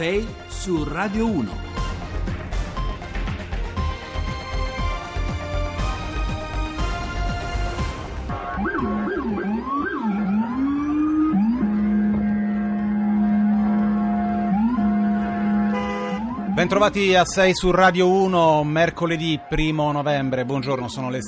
6 su Radio 1. Bentrovati a 6 su Radio 1, mercoledì 1 novembre, buongiorno, sono le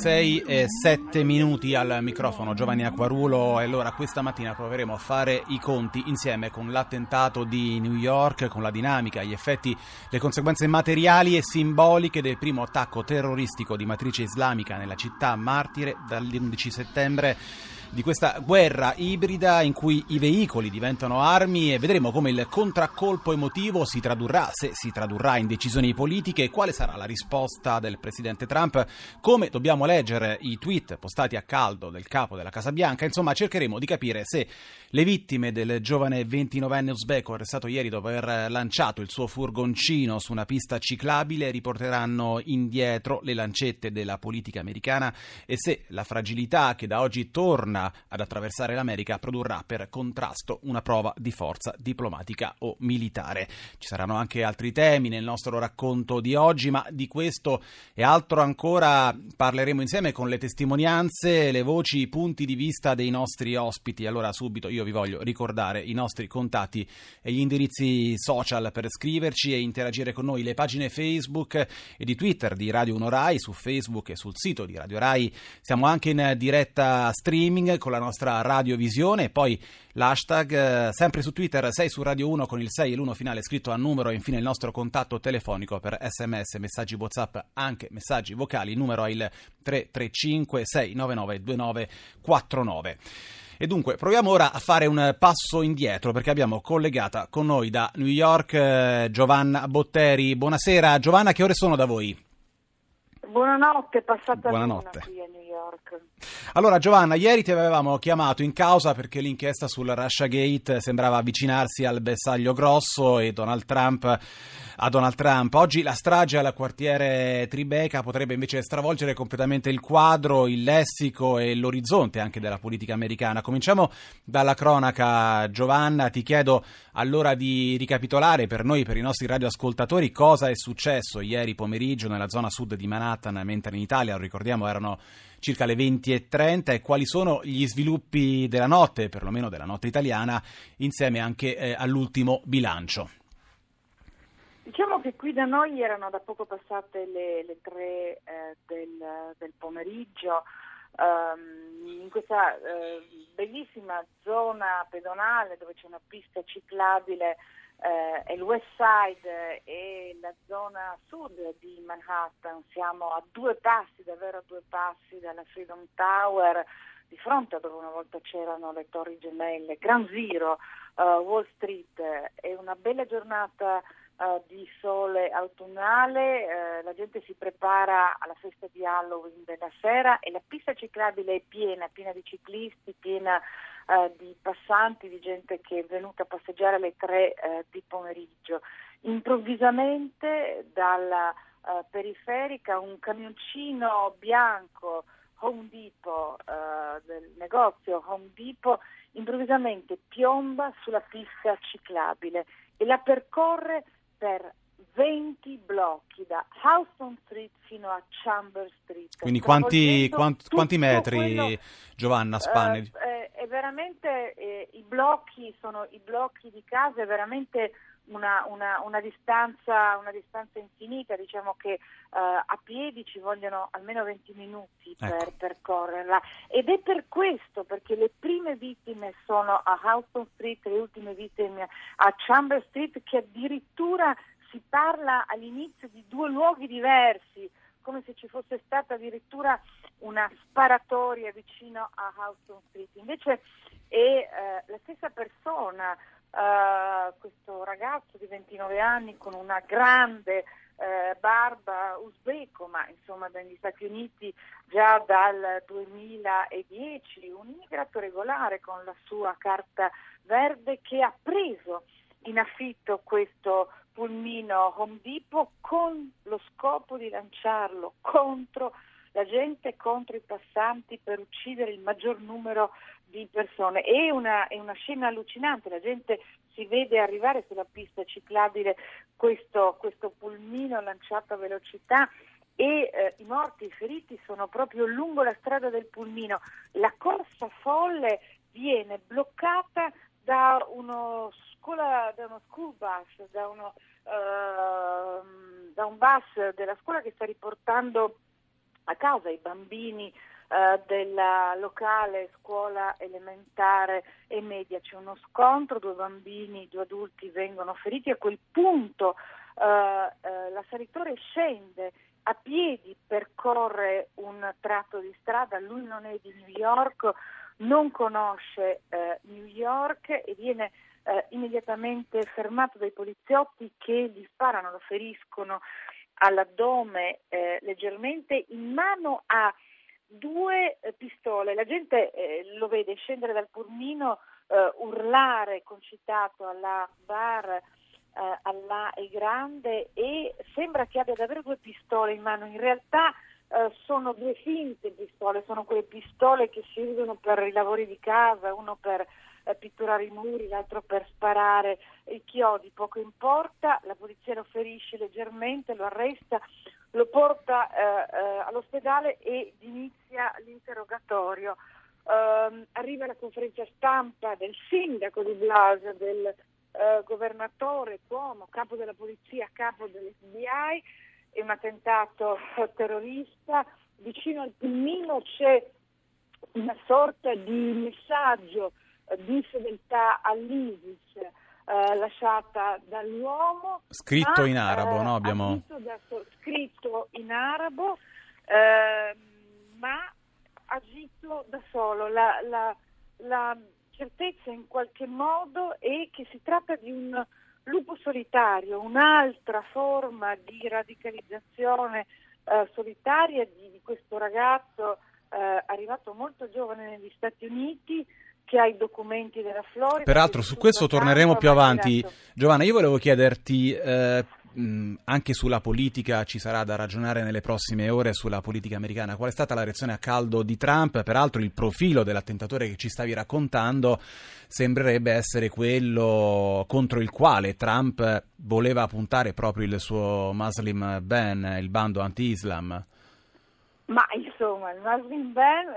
6:07 al microfono Giovanni Acquarulo e allora questa mattina proveremo a fare i conti insieme con l'attentato di New York, con la dinamica, gli effetti, le conseguenze materiali e simboliche del primo attacco terroristico di matrice islamica nella città martire dall'11 settembre. Di questa guerra ibrida in cui i veicoli diventano armi e vedremo come il contraccolpo emotivo si tradurrà, se si tradurrà in decisioni politiche, e quale sarà la risposta del presidente Trump, come dobbiamo leggere i tweet postati a caldo del capo della Casa Bianca. Insomma, cercheremo di capire se le vittime del giovane 29enne uzbeko arrestato ieri dopo aver lanciato il suo furgoncino su una pista ciclabile riporteranno indietro le lancette della politica americana e se la fragilità che da oggi torna ad attraversare l'America produrrà per contrasto una prova di forza diplomatica o militare. Ci saranno anche altri temi nel nostro racconto di oggi, ma di questo e altro ancora parleremo insieme con le testimonianze, le voci, i punti di vista dei nostri ospiti. Allora subito io vi voglio ricordare i nostri contatti e gli indirizzi social per scriverci e interagire con noi, le pagine Facebook e di Twitter di Radio 1 Rai, su Facebook e sul sito di Radio Rai. Siamo anche in diretta streaming con la nostra radiovisione e poi l'hashtag sempre su Twitter 6 su Radio 1 con il 6 e l'1 finale scritto a numero e infine il nostro contatto telefonico per SMS, messaggi WhatsApp, anche messaggi vocali. Il numero è il 335 699 2949. E dunque proviamo ora a fare un passo indietro perché abbiamo collegata con noi da New York Giovanna Botteri. Buonasera Giovanna, che ore sono da voi? Buonanotte, passata Buonanotte. Qui a New York. Allora Giovanna, ieri ti avevamo chiamato in causa perché l'inchiesta sul Russiagate sembrava avvicinarsi al bersaglio grosso e a Donald Trump. Oggi la strage al quartiere Tribeca potrebbe invece stravolgere completamente il quadro, il lessico e l'orizzonte anche della politica americana. Cominciamo dalla cronaca. Giovanna, ti chiedo allora di ricapitolare per noi, per i nostri radioascoltatori, cosa è successo ieri pomeriggio nella zona sud di Manhattan, mentre in Italia, lo ricordiamo, erano circa le 20:30, e quali sono gli sviluppi della notte, perlomeno della notte italiana, insieme anche all'ultimo bilancio. Diciamo che qui da noi erano da poco passate le 3 del pomeriggio, in questa bellissima zona pedonale dove c'è una pista ciclabile, è il West Side e la zona sud di Manhattan. Siamo a 2 passi, davvero a 2 passi dalla Freedom Tower, di fronte a dove una volta c'erano le Torri Gemelle, Ground Zero, Wall Street. È una bella giornata di sole autunnale, la gente si prepara alla festa di Halloween della sera e la pista ciclabile è piena di ciclisti, piena di passanti, di gente che è venuta a passeggiare alle 3 di pomeriggio. Improvvisamente dalla periferica un camioncino bianco Home Depot, del negozio Home Depot, improvvisamente piomba sulla pista ciclabile e la percorre per 20 blocchi da Houston Street fino a Chambers Street. Quindi quanti metri, quello, Giovanna, spanne? È veramente i blocchi sono i blocchi di casa, è veramente una distanza infinita. Diciamo che a piedi ci vogliono almeno 20 minuti per percorrerla, ed è per questo, perché le prime vittime sono a Houston Street, le ultime vittime a Chambers Street, che addirittura si parla all'inizio di 2 luoghi diversi, come se ci fosse stata addirittura una sparatoria vicino a Houston Street. Invece è la stessa persona, questo ragazzo di 29 anni con una grande barba, uzbeko, ma insomma negli Stati Uniti già dal 2010, un immigrato regolare con la sua carta verde, che ha preso in affitto questo pulmino Home Depot con lo scopo di lanciarlo contro la gente contro i passanti per uccidere il maggior numero di persone. È una scena allucinante, la gente si vede arrivare sulla pista ciclabile questo pulmino lanciato a velocità e i morti, i feriti sono proprio lungo la strada del pulmino. La corsa folle viene bloccata da uno school bus, da un bus della scuola che sta riportando a casa i bambini della locale scuola elementare e media. C'è uno scontro, 2 bambini, 2 adulti vengono feriti. A quel punto l'assalitore scende a piedi, percorre un tratto di strada. Lui non è di New York, non conosce New York e viene immediatamente fermato dai poliziotti che gli sparano, lo feriscono all'addome leggermente. In mano ha 2 pistole. La gente lo vede scendere dal pulmino, urlare concitato alla bar, Allah è grande, e sembra che abbia davvero 2 pistole in mano. In realtà sono 2 finte pistole, sono quelle pistole che si usano per i lavori di casa, uno per pitturare i muri, l'altro per sparare i chiodi, poco importa. La polizia lo ferisce leggermente, lo arresta, lo porta all'ospedale ed inizia l'interrogatorio. Arriva la conferenza stampa del sindaco di Blasio, del governatore Cuomo, capo della polizia, capo dell'FBI. È un attentato terrorista. Vicino al pulmino c'è una sorta di messaggio di fedeltà all'ISIS lasciata dall'uomo, scritto in arabo, no? Abbiamo scritto in arabo, ma agito da solo. La certezza in qualche modo è che si tratta di un lupo solitario, un'altra forma di radicalizzazione solitaria di questo ragazzo arrivato molto giovane negli Stati Uniti, che ha i documenti della Florida. Peraltro su questo torneremo più avanti. Giovanna, io volevo chiederti anche sulla politica, ci sarà da ragionare nelle prossime ore sulla politica americana. Qual è stata la reazione a caldo di Trump? Peraltro il profilo dell'attentatore che ci stavi raccontando sembrerebbe essere quello contro il quale Trump voleva puntare proprio il suo Muslim ban, il bando anti-Islam. Ma insomma, il Muslim ban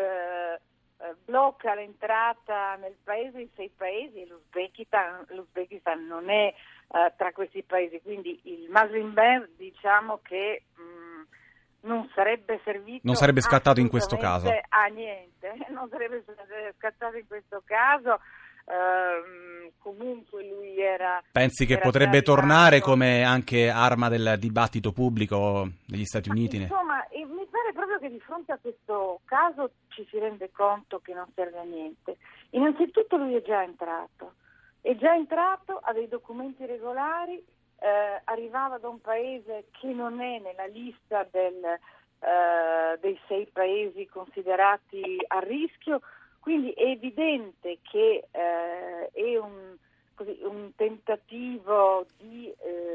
blocca l'entrata nel paese in 6 paesi, l'Uzbekistan non è tra questi paesi, quindi il Muslim ban diciamo che non sarebbe servito, non sarebbe scattato in questo caso a niente, non sarebbe scattato in questo caso. Comunque lui pensi che potrebbe tornare come anche arma del dibattito pubblico negli Stati Uniti? Insomma, mi pare proprio che di fronte a questo caso ci si rende conto che non serve a niente. Innanzitutto lui è già entrato, ha dei documenti regolari, arrivava da un paese che non è nella lista dei 6 paesi considerati a rischio. Quindi è evidente che è un tentativo di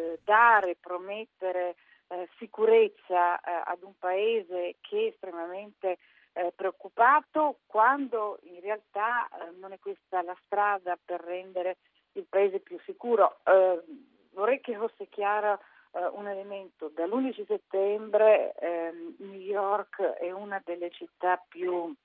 promettere sicurezza ad un paese che è estremamente preoccupato, quando in realtà non è questa la strada per rendere il paese più sicuro. Vorrei che fosse chiaro un elemento: dall'11 settembre New York è una delle città più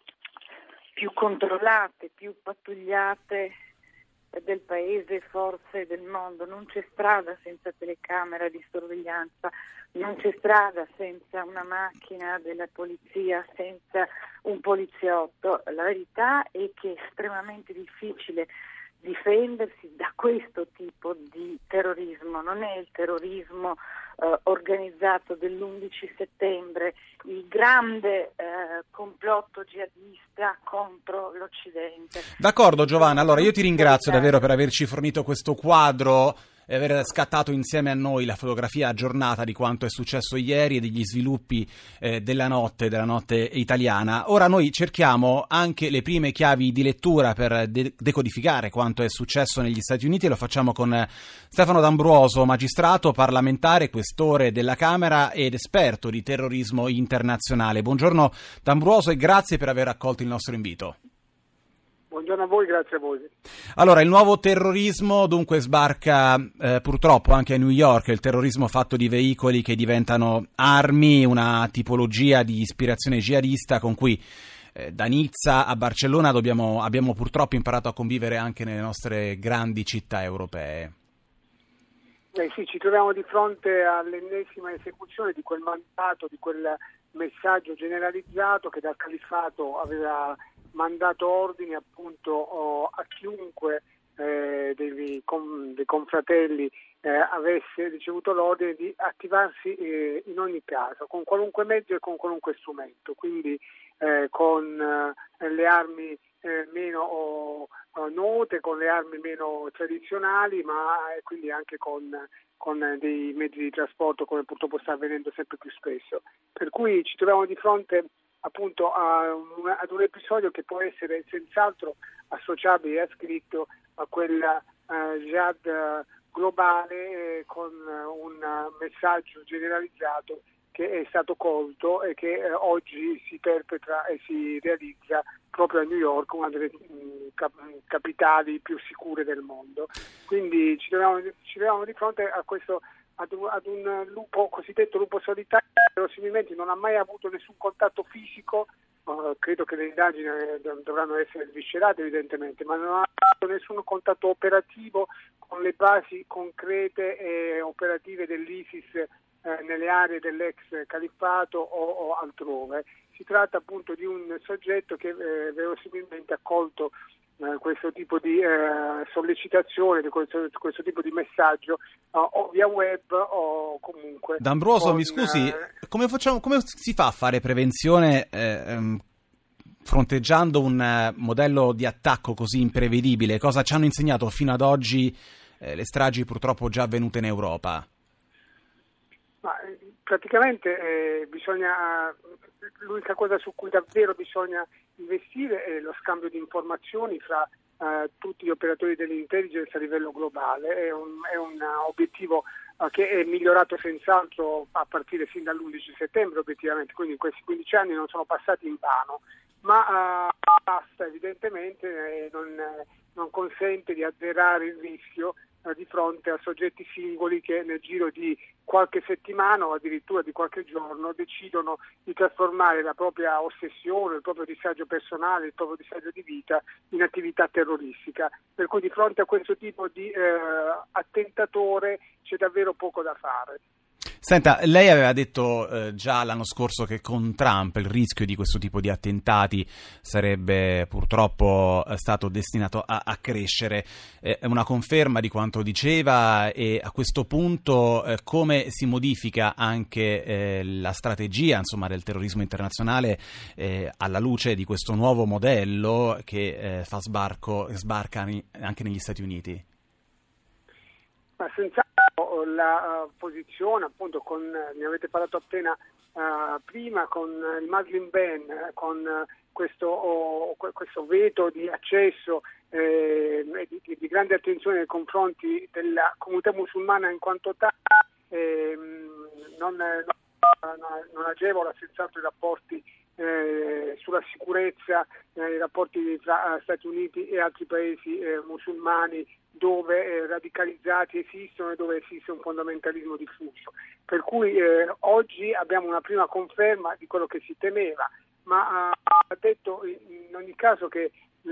controllate, più pattugliate del paese, forse del mondo. Non c'è strada senza telecamera di sorveglianza, non c'è strada senza una macchina della polizia, senza un poliziotto. La verità è che è estremamente difficile difendersi da questo tipo di terrorismo. Non è il terrorismo organizzato dell'11 settembre, il grande complotto jihadista contro l'Occidente. D'accordo Giovanna, allora io ti ringrazio davvero per averci fornito questo quadro e aver scattato insieme a noi la fotografia aggiornata di quanto è successo ieri e degli sviluppi della notte italiana. Ora noi cerchiamo anche le prime chiavi di lettura per decodificare quanto è successo negli Stati Uniti, e lo facciamo con Stefano D'Ambruoso, magistrato, parlamentare, questore della Camera ed esperto di terrorismo internazionale. Buongiorno D'Ambruoso e grazie per aver accolto il nostro invito. Buongiorno a voi, grazie a voi. Allora, il nuovo terrorismo dunque sbarca purtroppo anche a New York, il terrorismo fatto di veicoli che diventano armi, una tipologia di ispirazione jihadista con cui da Nizza a Barcellona abbiamo purtroppo imparato a convivere anche nelle nostre grandi città europee. Sì, ci troviamo di fronte all'ennesima esecuzione di quel mandato, di quel messaggio generalizzato che dal califfato aveva mandato ordini appunto a chiunque dei confratelli avesse ricevuto l'ordine di attivarsi in ogni caso, con qualunque mezzo e con qualunque strumento, quindi con le armi meno note, con le armi meno tradizionali, ma quindi anche con dei mezzi di trasporto, come purtroppo sta avvenendo sempre più spesso. Per cui ci troviamo di fronte appunto ad un episodio che può essere senz'altro associabile, ha scritto, a quella jihad globale con un messaggio generalizzato che è stato colto e che oggi si perpetra e si realizza proprio a New York, una delle capitali più sicure del mondo. Quindi ci troviamo di fronte a questo ad un lupo, cosiddetto lupo solitario, che verosimilmente non ha mai avuto nessun contatto fisico, credo che le indagini dovranno essere sviscerate evidentemente, ma non ha avuto nessun contatto operativo con le basi concrete e operative dell'ISIS nelle aree dell'ex califfato o altrove. Si tratta appunto di un soggetto che verosimilmente ha colto questo tipo di sollecitazione, di questo tipo di messaggio o via web o comunque. D'Ambruoso, mi scusi, come si fa a fare prevenzione fronteggiando un modello di attacco così imprevedibile? Cosa ci hanno insegnato fino ad oggi le stragi purtroppo già avvenute in Europa? Praticamente l'unica cosa su cui davvero bisogna investire è lo scambio di informazioni fra tutti gli operatori dell'intelligence a livello globale. È un obiettivo che è migliorato senz'altro a partire fin dall'11 settembre obiettivamente, quindi in questi 15 anni non sono passati in vano, ma basta evidentemente non consente di azzerare il rischio di fronte a soggetti singoli che nel giro di qualche settimana o addirittura di qualche giorno decidono di trasformare la propria ossessione, il proprio disagio personale, il proprio disagio di vita in attività terroristica. Per cui di fronte a questo tipo di attentatore c'è davvero poco da fare. Senta, lei aveva detto già l'anno scorso che con Trump il rischio di questo tipo di attentati sarebbe purtroppo stato destinato a crescere. È una conferma di quanto diceva, e a questo punto come si modifica anche la strategia, insomma, del terrorismo internazionale alla luce di questo nuovo modello che sbarca anche negli Stati Uniti? Ma senz'altro la posizione, appunto, ne avete parlato appena prima, con il Muslim ban, con questo veto di accesso di grande attenzione nei confronti della comunità musulmana in quanto tale, non agevola senz'altro i rapporti sulla sicurezza, i rapporti tra Stati Uniti e altri paesi musulmani dove radicalizzati esistono e dove esiste un fondamentalismo diffuso. Per cui oggi abbiamo una prima conferma di quello che si temeva, ma ha detto in ogni caso che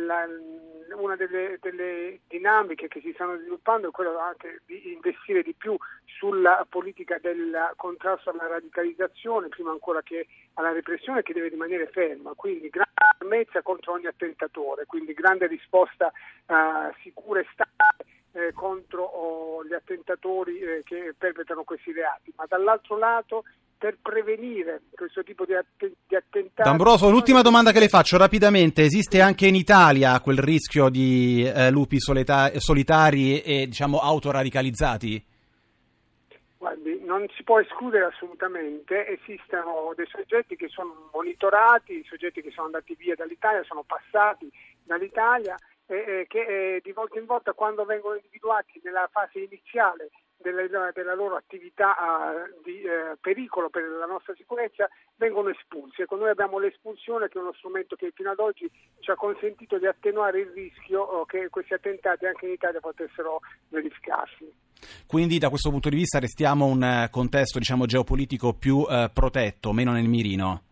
una delle dinamiche che si stanno sviluppando è quella anche di investire di più sulla politica del contrasto alla radicalizzazione, prima ancora che alla repressione, che deve rimanere ferma, quindi grande fermezza contro ogni attentatore, quindi grande risposta sicura e stabile contro gli attentatori che perpetrano questi reati, ma dall'altro lato per prevenire questo tipo di attentati. D'Ambroso, l'ultima domanda che le faccio rapidamente: esiste anche in Italia quel rischio di lupi solitari e diciamo autoradicalizzati? Guardi, non si può escludere assolutamente, esistono dei soggetti che sono monitorati, soggetti che sono andati via dall'Italia, sono passati dall'Italia e che di volta in volta, quando vengono individuati nella fase iniziale della loro attività di pericolo per la nostra sicurezza, vengono espulsi. Ecco, noi abbiamo l'espulsione, che è uno strumento che fino ad oggi ci ha consentito di attenuare il rischio che questi attentati anche in Italia potessero verificarsi. Quindi da questo punto di vista restiamo un contesto, diciamo, geopolitico più protetto, meno nel mirino?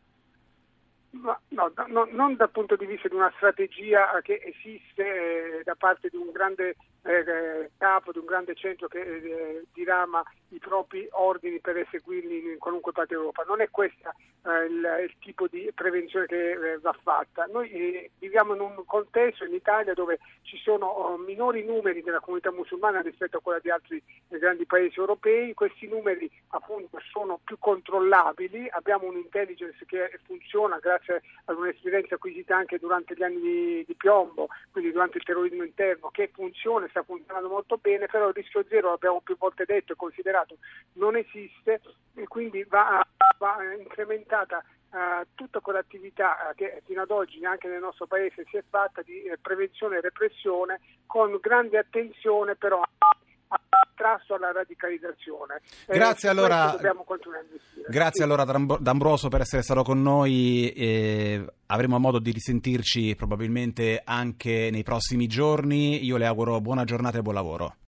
No, non dal punto di vista di una strategia che esiste da parte di un grande capo, di un grande centro che dirama i propri ordini per eseguirli in qualunque parte d'Europa. Non è questo il tipo di prevenzione che va fatta. Noi viviamo in un contesto in Italia dove ci sono minori numeri della comunità musulmana rispetto a quella di altri grandi paesi europei. Questi numeri appunto sono più controllabili, abbiamo un'intelligence che funziona grazie ad un'esperienza acquisita anche durante gli anni di piombo, quindi durante il terrorismo interno, che funziona, sta funzionando molto bene, però il rischio zero, l'abbiamo più volte detto e considerato, non esiste, e quindi va incrementata tutta quell'attività che fino ad oggi anche nel nostro paese si è fatta di prevenzione e repressione, con grande attenzione però contrasto alla radicalizzazione. Grazie allora. Dobbiamo continuare a investire. Grazie allora D'Ambroso per essere stato con noi. Avremo modo di risentirci probabilmente anche nei prossimi giorni. Io le auguro buona giornata e buon lavoro.